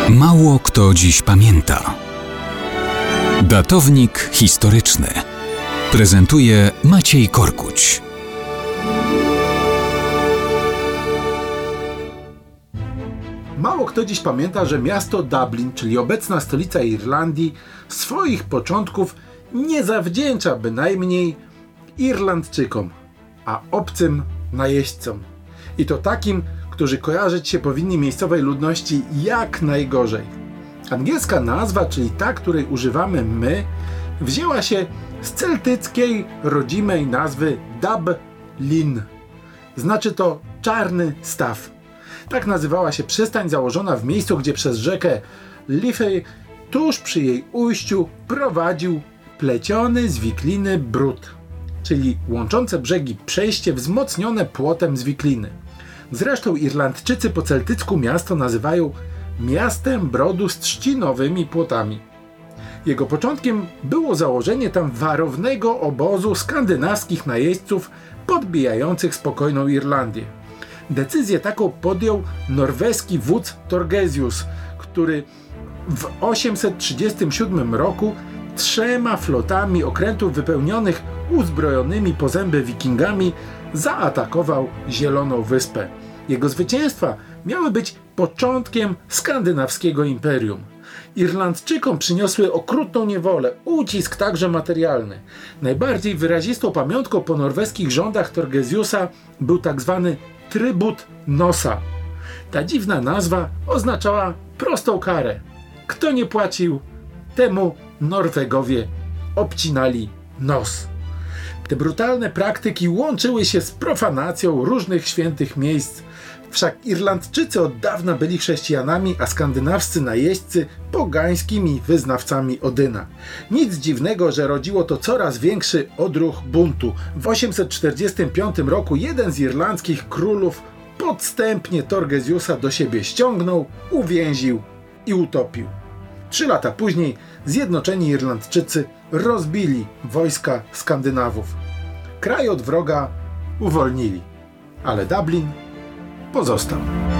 Mało kto dziś pamięta. Datownik historyczny prezentuje Maciej Korkuć. Mało kto dziś pamięta, że miasto Dublin, czyli obecna stolica Irlandii, swoich początków nie zawdzięcza bynajmniej Irlandczykom, a obcym najeźdźcom. I to takim, którzy kojarzyć się powinni miejscowej ludności jak najgorzej. Angielska nazwa, czyli ta, której używamy my, wzięła się z celtyckiej, rodzimej nazwy Dab-lin. Znaczy to czarny staw. Tak nazywała się przystań założona w miejscu, gdzie przez rzekę Liffey, tuż przy jej ujściu, prowadził pleciony z wikliny brud, czyli łączące brzegi przejście wzmocnione płotem z wikliny. Zresztą Irlandczycy po celtycku miasto nazywają miastem brodu z trzcinowymi płotami. Jego początkiem było założenie tam warownego obozu skandynawskich najeźdźców podbijających spokojną Irlandię. Decyzję taką podjął norweski wódz Thorgesius, który w 837 roku 3 flotami okrętów wypełnionych uzbrojonymi po zęby wikingami zaatakował Zieloną Wyspę. Jego zwycięstwa miały być początkiem skandynawskiego imperium. Irlandczykom przyniosły okrutną niewolę, ucisk także materialny. Najbardziej wyrazistą pamiątką po norweskich rządach Thorgesiusa był tzw. trybut nosa. Ta dziwna nazwa oznaczała prostą karę. Kto nie płacił, temu Norwegowie obcinali nos. Te brutalne praktyki łączyły się z profanacją różnych świętych miejsc. Wszak Irlandczycy od dawna byli chrześcijanami, a skandynawscy najeźdźcy pogańskimi wyznawcami Odyna. Nic dziwnego, że rodziło to coraz większy odruch buntu. W 845 roku jeden z irlandzkich królów podstępnie Thorgesiusa do siebie ściągnął, uwięził i utopił. 3 lata później zjednoczeni Irlandczycy rozbili wojska Skandynawów. Kraj od wroga uwolnili, ale Dublin pozostał.